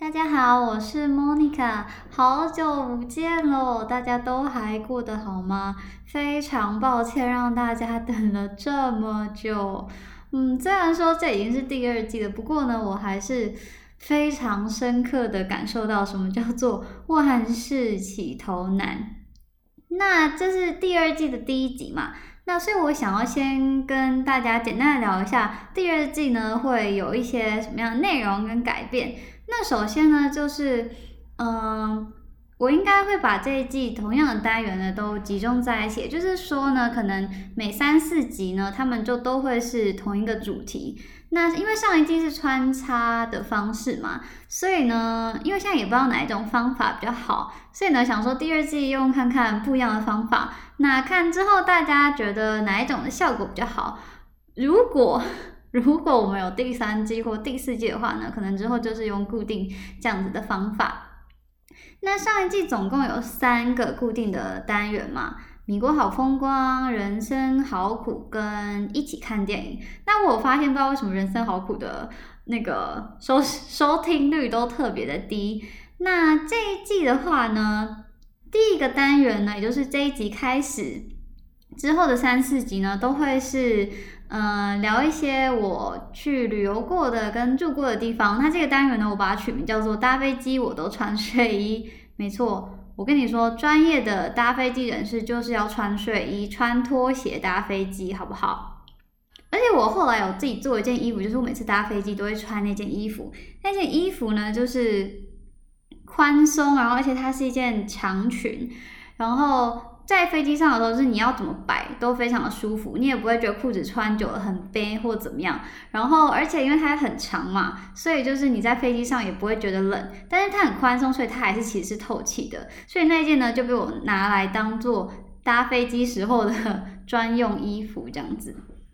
大家好，我是 Monica，好久不见喽！大家都还过得好吗？非常抱歉让大家等了这么久。虽然说这已经是第二季了，不过呢，我还是非常深刻的感受到什么叫做万事起头难。那这是第二季的第一集嘛？那所以我想要先跟大家简单的聊一下，第二季呢会有一些什么样的内容跟改变。那首先呢，就是我应该会把这一季同样的单元呢都集中在一起，也就是说呢，可能每3-4集呢，他们就都会是同一个主题。那因为上一季是穿插的方式嘛，所以呢，因为现在也不知道哪一种方法比较好，所以呢，想说第二季用看看不一样的方法，那看之后大家觉得哪一种的效果比较好。如果我们有第3季或第4季的话呢，可能之后就是用固定这样子的方法。那上一季总共有3个固定的单元嘛，米国好风光、人生好苦跟一起看电影。那我有发现，不知道为什么人生好苦的那个收听率都特别的低。那这一季的话呢，第一个单元呢，也就是这一集开始之后的3-4集呢，都会是聊一些我去旅游过的跟住过的地方。那这个单元呢，我把它取名叫做搭飞机我都穿睡衣。没错，我跟你说，专业的搭飞机人士就是要穿睡衣、穿拖鞋搭飞机，好不好？而且我后来有自己做一件衣服，就是我每次搭飞机都会穿那件衣服。那件衣服呢，就是宽松，然后而且它是一件长裙，然后在飞机上的时候，就是你要怎么摆都非常的舒服，你也不会觉得裤子穿久了很背或怎么样。然后，而且因为它很长嘛，所以就是你在飞机上也不会觉得冷，但是它很宽松，所以它还是其实是透气的。所以那件呢，就被我拿来当做搭飞机时候的专用衣服这样子。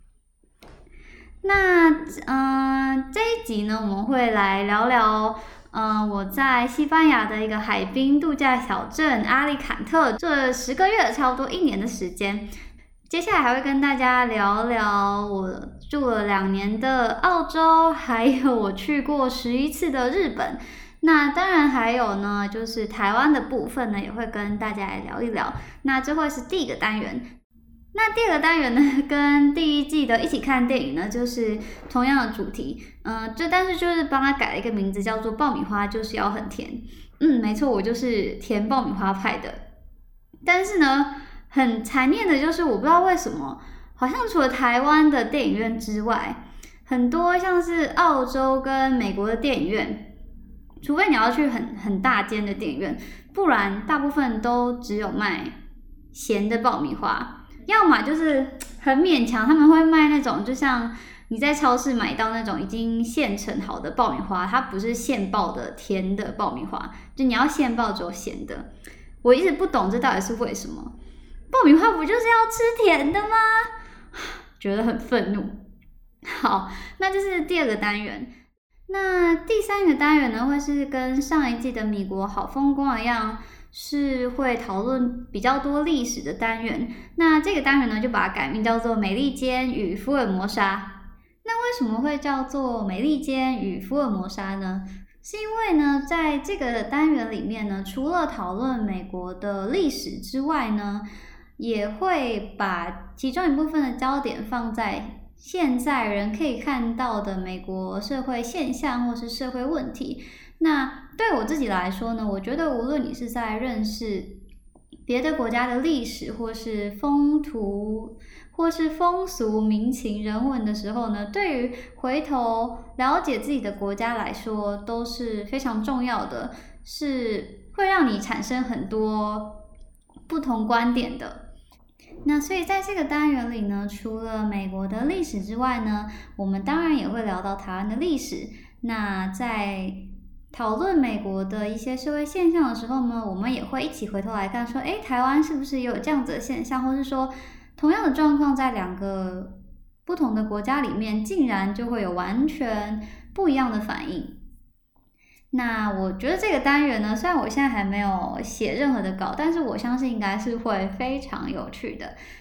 那这一集呢，我们会来聊聊我在西班牙的一个海滨度假小镇阿里坎特这10个月，差不多1年的时间。接下来还会跟大家聊聊我住了2年的澳洲，还有我去过11次的日本。那当然还有呢，就是台湾的部分呢，也会跟大家来聊一聊。那这会是第一个单元。那第二个单元呢，跟第一季的一起看电影呢，就是同样的主题，但是就是帮他改了一个名字，叫做爆米花就是要很甜。没错，我就是甜爆米花派的。但是呢，很残念的就是，我不知道为什么，好像除了台湾的电影院之外，很多像是澳洲跟美国的电影院，除非你要去很大间的电影院，不然大部分都只有卖咸的爆米花。要么就是很勉强，他们会卖那种就像你在超市买到那种已经现成好的爆米花，它不是现爆的甜的爆米花，就你要现爆只有咸的。我一直不懂这到底是为什么，爆米花不就是要吃甜的吗？觉得很愤怒。好，那这是第2个单元。那第3个单元呢，会是跟上一季的米国好风光一样，是会讨论比较多历史的单元。那这个单元呢，就把它改名叫做美利坚与福尔摩沙。那为什么会叫做美利坚与福尔摩沙呢？是因为呢，在这个单元里面呢，除了讨论美国的历史之外呢，也会把其中一部分的焦点放在现在人可以看到的美国社会现象或是社会问题。那对我自己来说呢，我觉得无论你是在认识别的国家的历史，或是风土，或是风俗民情人文的时候呢，对于回头了解自己的国家来说都是非常重要的，是会让你产生很多不同观点的。那所以在这个单元里呢，除了美国的历史之外呢，我们当然也会聊到台湾的历史。那在讨论美国的一些社会现象的时候呢，我们也会一起回头来看说，台湾是不是也有这样子的现象，或是说同样的状况在2个不同的国家里面，竟然就会有完全不一样的反应。那我觉得这个单元呢，虽然我现在还没有写任何的稿，但是我相信应该是会非常有趣的。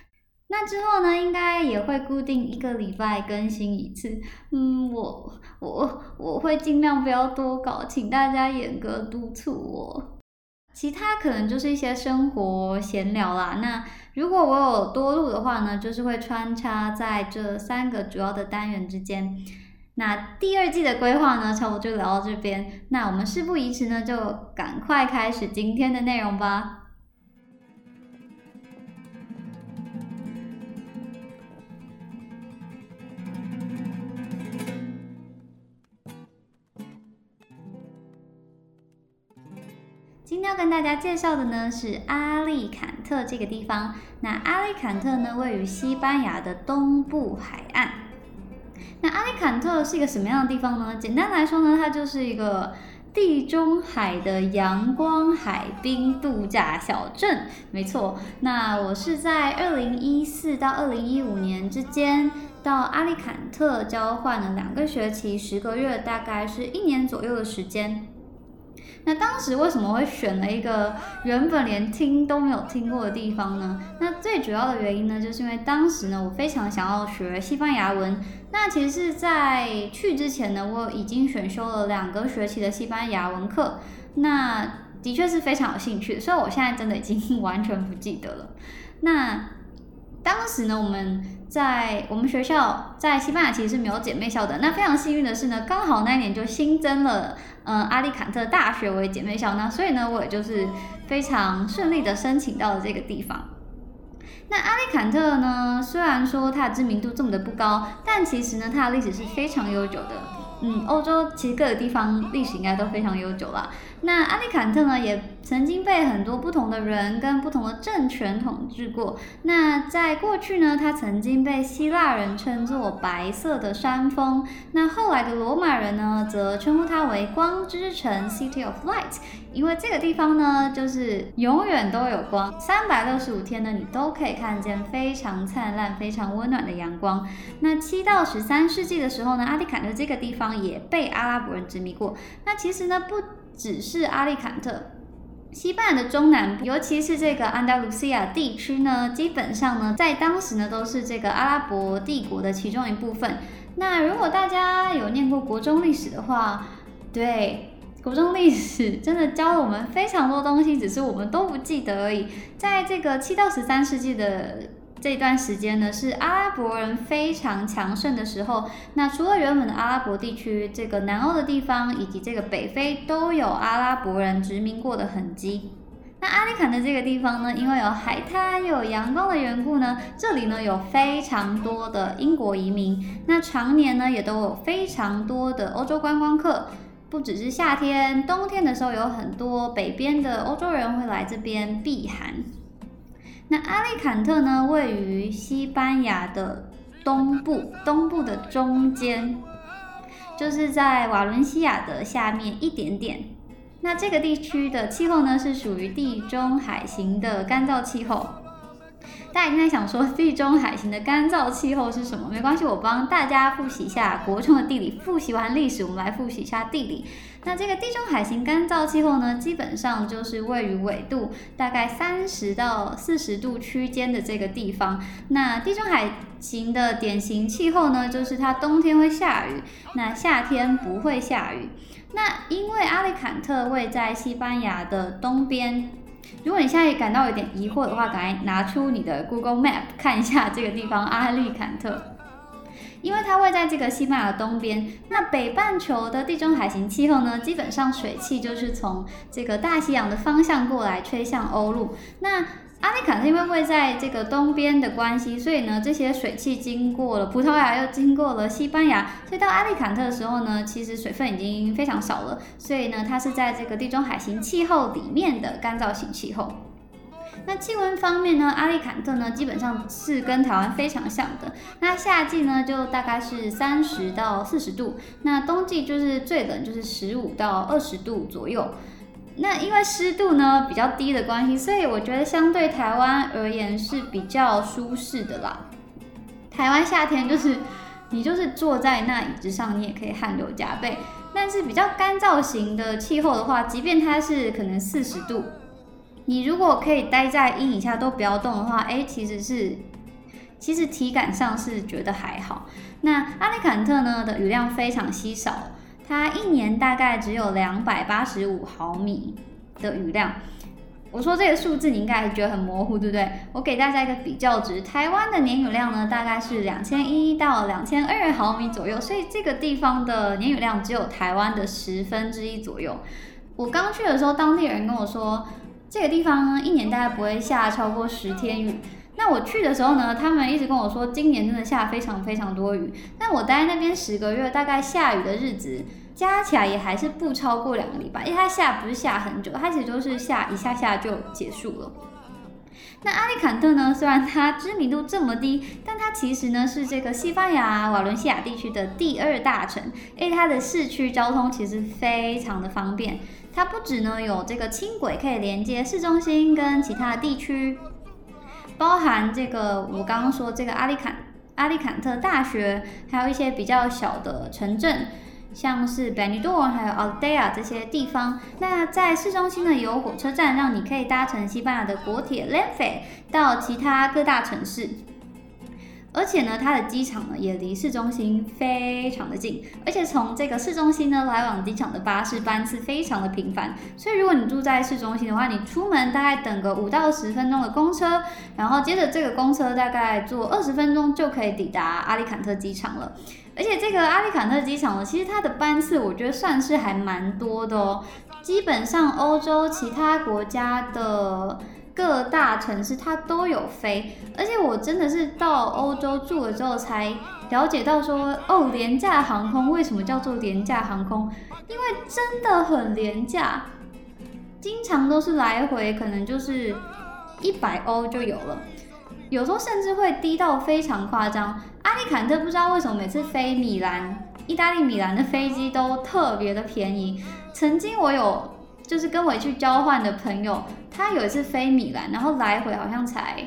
那之后呢，应该也会固定1个礼拜更新一次。我会尽量不要多搞，请大家严格督促我。其他可能就是一些生活闲聊啦。那如果我有多录的话呢，就是会穿插在这3个主要的单元之间。那第2季的规划呢，差不多就聊到这边。那我们事不宜迟呢，就赶快开始今天的内容吧。今天要跟大家介绍的呢是阿利坎特这个地方。那阿利坎特呢位于西班牙的东部海岸。那阿利坎特是一个什么样的地方呢？简单来说呢，它就是一个地中海的阳光海滨度假小镇。没错，那我是在2014到2015年之间到阿利坎特交换了2个学期10个月，大概是1年左右的时间。那当时为什么会选了一个原本连听都没有听过的地方呢？那最主要的原因呢，就是因为当时呢，我非常想要学西班牙文。那其实是在去之前呢，我已经选修了2个学期的西班牙文课，那的确是非常有兴趣的，所以我现在真的已经完全不记得了。那当时呢，我们学校在西班牙其实是没有姐妹校的。那非常幸运的是呢，刚好那一年就新增了阿利坎特大学为姐妹校，那所以呢，我也就是非常顺利的申请到了这个地方。那阿利坎特呢，虽然说它的知名度这么的不高，但其实呢，它的历史是非常悠久的。欧洲其实各个地方历史应该都非常悠久啦。那阿利坎特呢，也曾经被很多不同的人跟不同的政权统治过。那在过去呢，它曾经被希腊人称作白色的山峰。那后来的罗马人呢，则称呼它为光之城 （City of Light），因为这个地方呢，就是永远都有光，365天呢，你都可以看见非常灿烂、非常温暖的阳光。那7到13世纪的时候呢，阿利坎特这个地方也被阿拉伯人殖民过。那其实呢，不只是阿利坎特，西班牙的中南部，尤其是这个安达卢西亚地区呢，基本上呢，在当时呢，都是这个阿拉伯帝国的其中一部分。那如果大家有念过国中历史的话，对，国中历史真的教了我们非常多东西，只是我们都不记得而已。在这个7到13世纪的这段时间呢，是阿拉伯人非常强盛的时候。那除了原本的阿拉伯地区，这个南欧的地方以及这个北非都有阿拉伯人殖民过的痕迹。那阿利坎特这个地方呢，因为有海滩又有阳光的缘故呢，这里呢有非常多的英国移民。那常年呢也都有非常多的欧洲观光客。不只是夏天，冬天的时候有很多北边的欧洲人会来这边避寒。那阿利坎特呢，位于西班牙的东部的中间，就是在瓦伦西亚的下面一点点。那这个地区的气候呢，是属于地中海型的干燥气候。大家应该想说，地中海型的干燥气候是什么？没关系，我帮大家复习一下国中的地理。复习完历史，我们来复习一下地理。那这个地中海型干燥气候呢，基本上就是位于纬度大概30到40度区间的这个地方。那地中海型的典型气候呢，就是它冬天会下雨，那夏天不会下雨。那因为阿利坎特位在西班牙的东边。如果你现在感到有点疑惑的话，赶快拿出你的 Google Map 看一下这个地方阿利坎特，因为它位在这个西班牙的东边。那北半球的地中海型气候呢，基本上水汽就是从这个大西洋的方向过来吹向欧陆。那阿利坎特因为位在这个东边的关系，所以呢，这些水汽经过了葡萄牙，又经过了西班牙，所以到阿利坎特的时候呢，其实水分已经非常少了。所以呢，它是在这个地中海型气候里面的干燥型气候。那气温方面呢，阿利坎特呢基本上是跟台湾非常像的。那夏季呢就大概是30到40度，那冬季就是最冷就是15到20度左右。那因为湿度呢比较低的关系，所以我觉得相对台湾而言是比较舒适的啦。台湾夏天就是你就是坐在那椅子上，你也可以汗流浃背。但是比较干燥型的气候的话，即便它是可能40度，你如果可以待在阴以下都不要动的话，其实是其实体感上是觉得还好。那阿里坎特呢的雨量非常稀少，它一年大概只有285毫米的雨量。我说这个数字你应该还觉得很模糊，对不对？我给大家一个比较值，台湾的年雨量呢大概是2100到2200毫米左右，所以这个地方的年雨量只有台湾的1/10左右。我刚去的时候，当地人跟我说，这个地方呢一年大概不会下超过10天雨。那我去的时候呢，他们一直跟我说，今年真的下非常非常多雨。但我待在那边10个月，大概下雨的日子加起来也还是不超过2个礼拜，因为它下不是下很久，它其实就是下一下下就结束了。那阿里坎特呢，虽然它知名度这么低，但它其实呢是这个西班牙瓦伦西亚地区的第2大城，因为它的市区交通其实非常的方便。它不止呢有这个轻轨可以连接市中心跟其他的地区，包含这个我刚刚说这个阿里坎特大学，还有一些比较小的城镇，像是 Benidorm 还有 Aldea 这些地方。那在市中心呢有火车站，让你可以搭乘西班牙的国铁 Renfe 到其他各大城市。而且呢，它的机场呢也离市中心非常的近，而且从这个市中心呢来往机场的巴士班次非常的频繁，所以如果你住在市中心的话，你出门大概等个5到10分钟的公车，然后接着这个公车大概坐20分钟就可以抵达阿里坎特机场了。而且这个阿里坎特机场呢，其实它的班次我觉得算是还蛮多的哦，基本上欧洲其他国家的各大城市它都有飞，而且我真的是到欧洲住了之后才了解到说，哦，廉价航空为什么叫做廉价航空？因为真的很廉价，经常都是来回可能就是100欧就有了，有时候甚至会低到非常夸张。阿里坎特不知道为什么每次飞米兰，意大利米兰的飞机都特别的便宜。曾经我有就是跟我去交换的朋友，他有一次飞米兰，然后来回好像才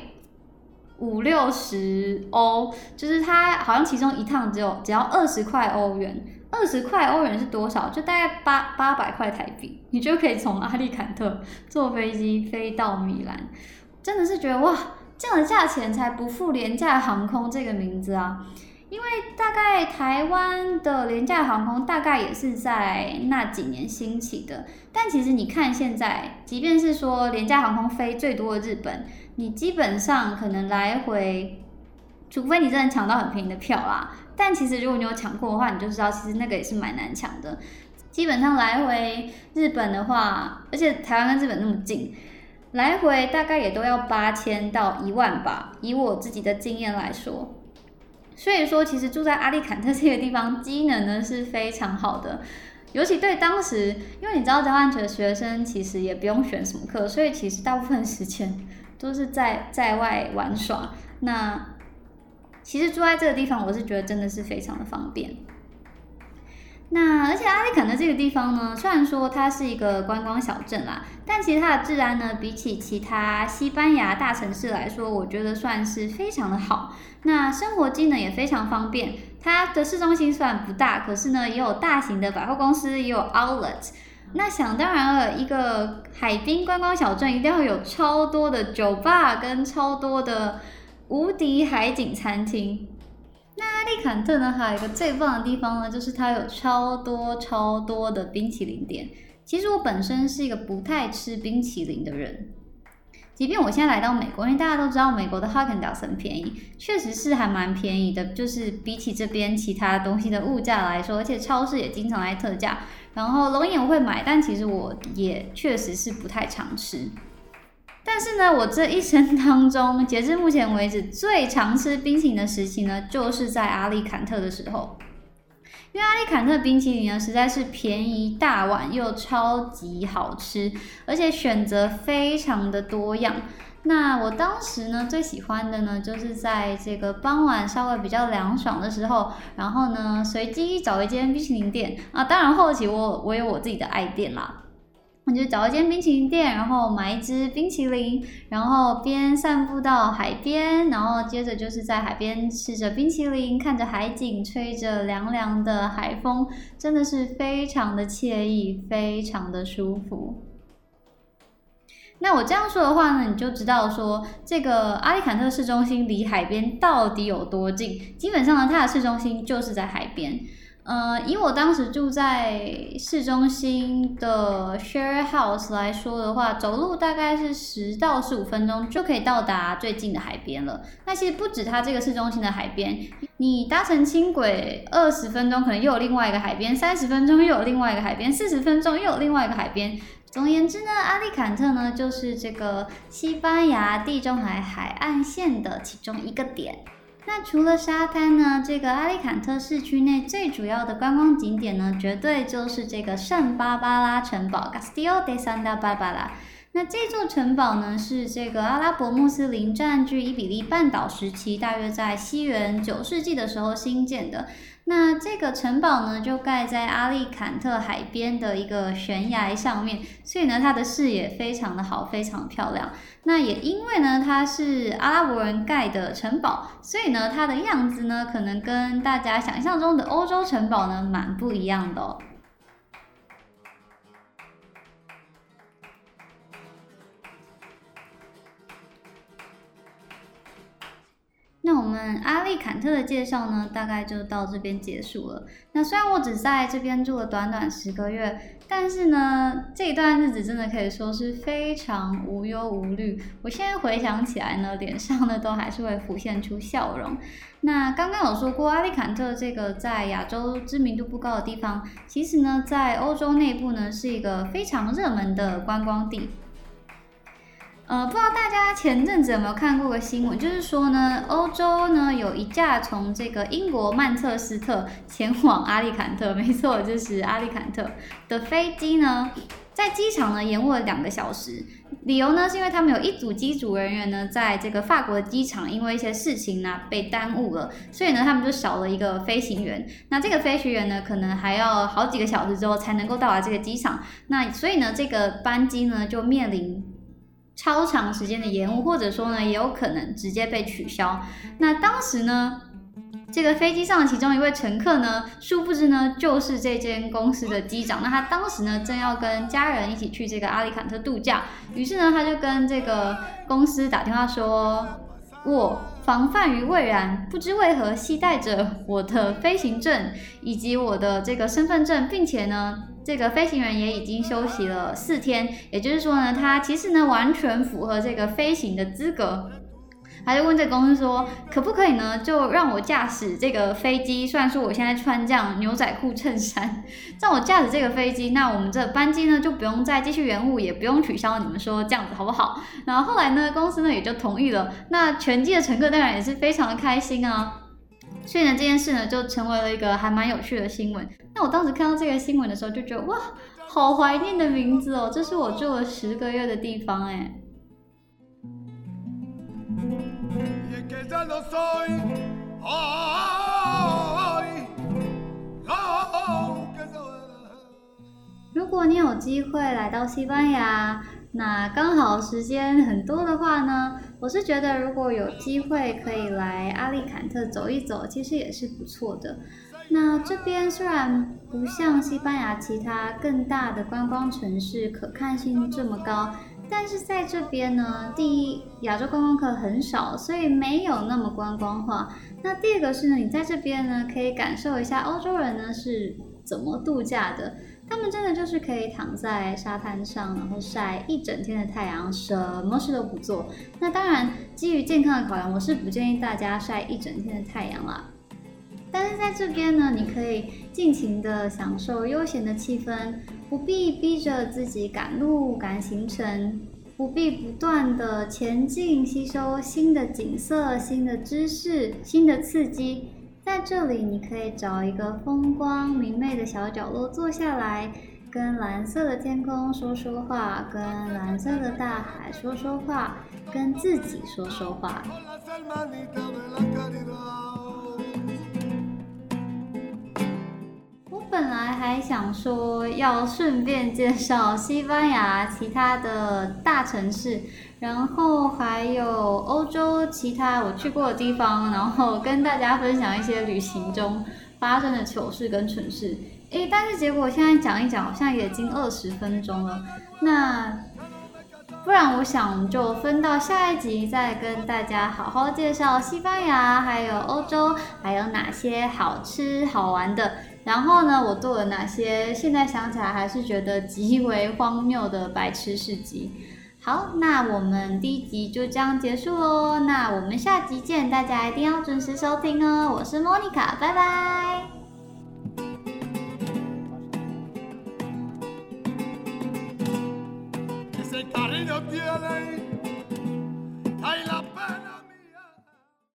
50-60欧，就是他好像其中一趟只要20块欧元，20块欧元是多少？就大概800块台币，你就可以从阿里坎特坐飞机飞到米兰。真的是觉得哇，这样的价钱才不负廉价航空这个名字啊！因为大概台湾的廉价航空大概也是在那几年兴起的，但其实你看现在，即便是说廉价航空飞最多的日本，你基本上可能来回，除非你真的抢到很便宜的票啦，但其实如果你有抢过的话，你就知道其实那个也是蛮难抢的。基本上来回日本的话，而且台湾跟日本那么近，来回大概也都要8000到1万吧，以我自己的经验来说。所以说，其实住在阿里坎特这个地方，机能呢是非常好的，尤其对当时，因为你知道交换学生其实也不用选什么课，所以其实大部分时间都是在外玩耍。那其实住在这个地方，我是觉得真的是非常的方便。那而且阿里坎特这个地方呢，虽然说它是一个观光小镇啦，但其实它的治安呢，比起其他西班牙大城市来说，我觉得算是非常的好。那生活机能也非常方便，它的市中心虽然不大，可是呢也有大型的百货公司，也有 outlet。那想当然了，一个海滨观光小镇一定要有超多的酒吧跟超多的无敌海景餐厅。那阿里坎特呢，还有一个最棒的地方呢，就是它有超多的冰淇淋店。其实我本身是一个不太吃冰淇淋的人，即便我现在来到美国，因为大家都知道美国的 Häagen-Dazs 很便宜，确实是还蛮便宜的，就是比起这边其他东西的物价来说，而且超市也经常来特价。然后龙眼我会买，但其实我也确实是不太常吃。但是呢，我这一生当中，截至目前为止，最常吃冰淇淋的时期呢，就是在阿里坎特的时候。因为阿里坎特冰淇淋呢，实在是便宜大碗又超级好吃，而且选择非常的多样。那我当时呢，最喜欢的呢，就是在这个傍晚稍微比较凉爽的时候，然后呢，随机找一间冰淇淋店啊，当然后期我有我自己的爱店啦。我就找一间冰淇淋店，然后买一支冰淇淋，然后边散步到海边，然后接着就是在海边吃着冰淇淋，看着海景，吹着凉凉的海风，真的是非常的惬意，非常的舒服。 那我这样说的话呢，你就知道说这个阿里坎特市中心离海边到底有多近。基本上呢，它的市中心就是在海边。以我当时住在市中心的 share house 来说的话，走路大概是10到15分钟就可以到达最近的海边了。那其实不止它这个市中心的海边，你搭乘轻轨20分钟可能又有另外一个海边，30分钟又有另外一个海边，40分钟又有另外一个海边。总而言之呢，阿里坎特呢就是这个西班牙地中海海岸线的其中一个点。那除了沙滩呢，这个阿里坎特市区内最主要的观光景点呢，绝对就是这个圣巴巴拉城堡 （Castillo de Santa Bárbara）。那这座城堡呢，是这个阿拉伯穆斯林占据伊比利半岛时期，大约在西元9世纪的时候兴建的。那这个城堡呢，就盖在阿里坎特海边的一个悬崖上面，所以呢，它的视野非常的好，非常漂亮。那也因为呢，它是阿拉伯人盖的城堡，所以呢，它的样子呢，可能跟大家想象中的欧洲城堡呢，蛮不一样的哦。那我们阿里坎特的介绍呢，大概就到这边结束了。那虽然我只在这边住了短短10个月，但是呢，这一段日子真的可以说是非常无忧无虑。我现在回想起来呢，脸上呢都还是会浮现出笑容。那刚刚有说过，阿里坎特这个在亚洲知名度不高的地方，其实呢，在欧洲内部呢是一个非常热门的观光地。不知道大家前阵子有没有看过个新闻，就是说呢，欧洲呢有一架从这个英国曼彻斯特前往阿里坎特，没错，就是阿里坎特的飞机呢，在机场呢延误了2个小时。理由呢是因为他们有一组机组人员呢，在这个法国的机场因为一些事情呢被耽误了，所以呢他们就少了一个飞行员。那这个飞行员呢，可能还要好几个小时之后才能够到达这个机场。那所以呢，这个班机呢就面临超长时间的延误，或者说呢，也有可能直接被取消。那当时呢，这个飞机上的其中一位乘客呢，殊不知呢，就是这间公司的机长。那他当时呢，正要跟家人一起去这个阿里坎特度假，于是呢，他就跟这个公司打电话说：“我防范于未然，不知为何携带着我的飞行证以及我的这个身份证，并且呢。”这个飞行员也已经休息了4天，也就是说呢，他其实呢完全符合这个飞行的资格。他就问这个公司说，可不可以呢，就让我驾驶这个飞机？虽然说我现在穿这样牛仔裤衬衫，让我驾驶这个飞机，那我们这班机呢就不用再继续延误，也不用取消。你们说这样子好不好？然后后来呢，公司呢也就同意了。那全机的乘客当然也是非常的开心啊。所以呢，这件事呢就成为了一个还蛮有趣的新闻。那我当时看到这个新闻的时候，就觉得哇，好怀念的名字哦！这是我住了10个月的地方哎。如果你有机会来到西班牙，那刚好时间很多的话呢，我是觉得如果有机会可以来阿里坎特走一走，其实也是不错的。那这边虽然不像西班牙其他更大的观光城市可看性这么高，但是在这边呢，第一，亚洲观光客很少，所以没有那么观光化。那第二个是呢，你在这边呢可以感受一下欧洲人呢是怎么度假的。他们真的就是可以躺在沙滩上，然后晒一整天的太阳，什么事都不做。那当然，基于健康的考量，我是不建议大家晒一整天的太阳啦。但是在这边呢，你可以尽情的享受悠闲的气氛，不必逼着自己赶路赶行程，不必不断的前进，吸收新的景色、新的知识、新的刺激。在这里，你可以找一个风光明媚的小角落坐下来，跟蓝色的天空说说话，跟蓝色的大海说说话，跟自己说说话。我本来还想说要顺便介绍西班牙其他的大城市，然后还有欧洲其他我去过的地方，然后跟大家分享一些旅行中发生的糗事跟蠢事。但是结果现在讲一讲，好像也已经20分钟了。那不然我想就分到下一集再跟大家好好介绍西班牙还有欧洲还有哪些好吃好玩的，然后呢我做了哪些现在想起来还是觉得极为荒谬的白痴事迹。好，那我们第一集就这样结束咯，那我们下集见，大家一定要准时收听哦，我是莫妮卡，拜拜。 Ese cariño tiene, ay, la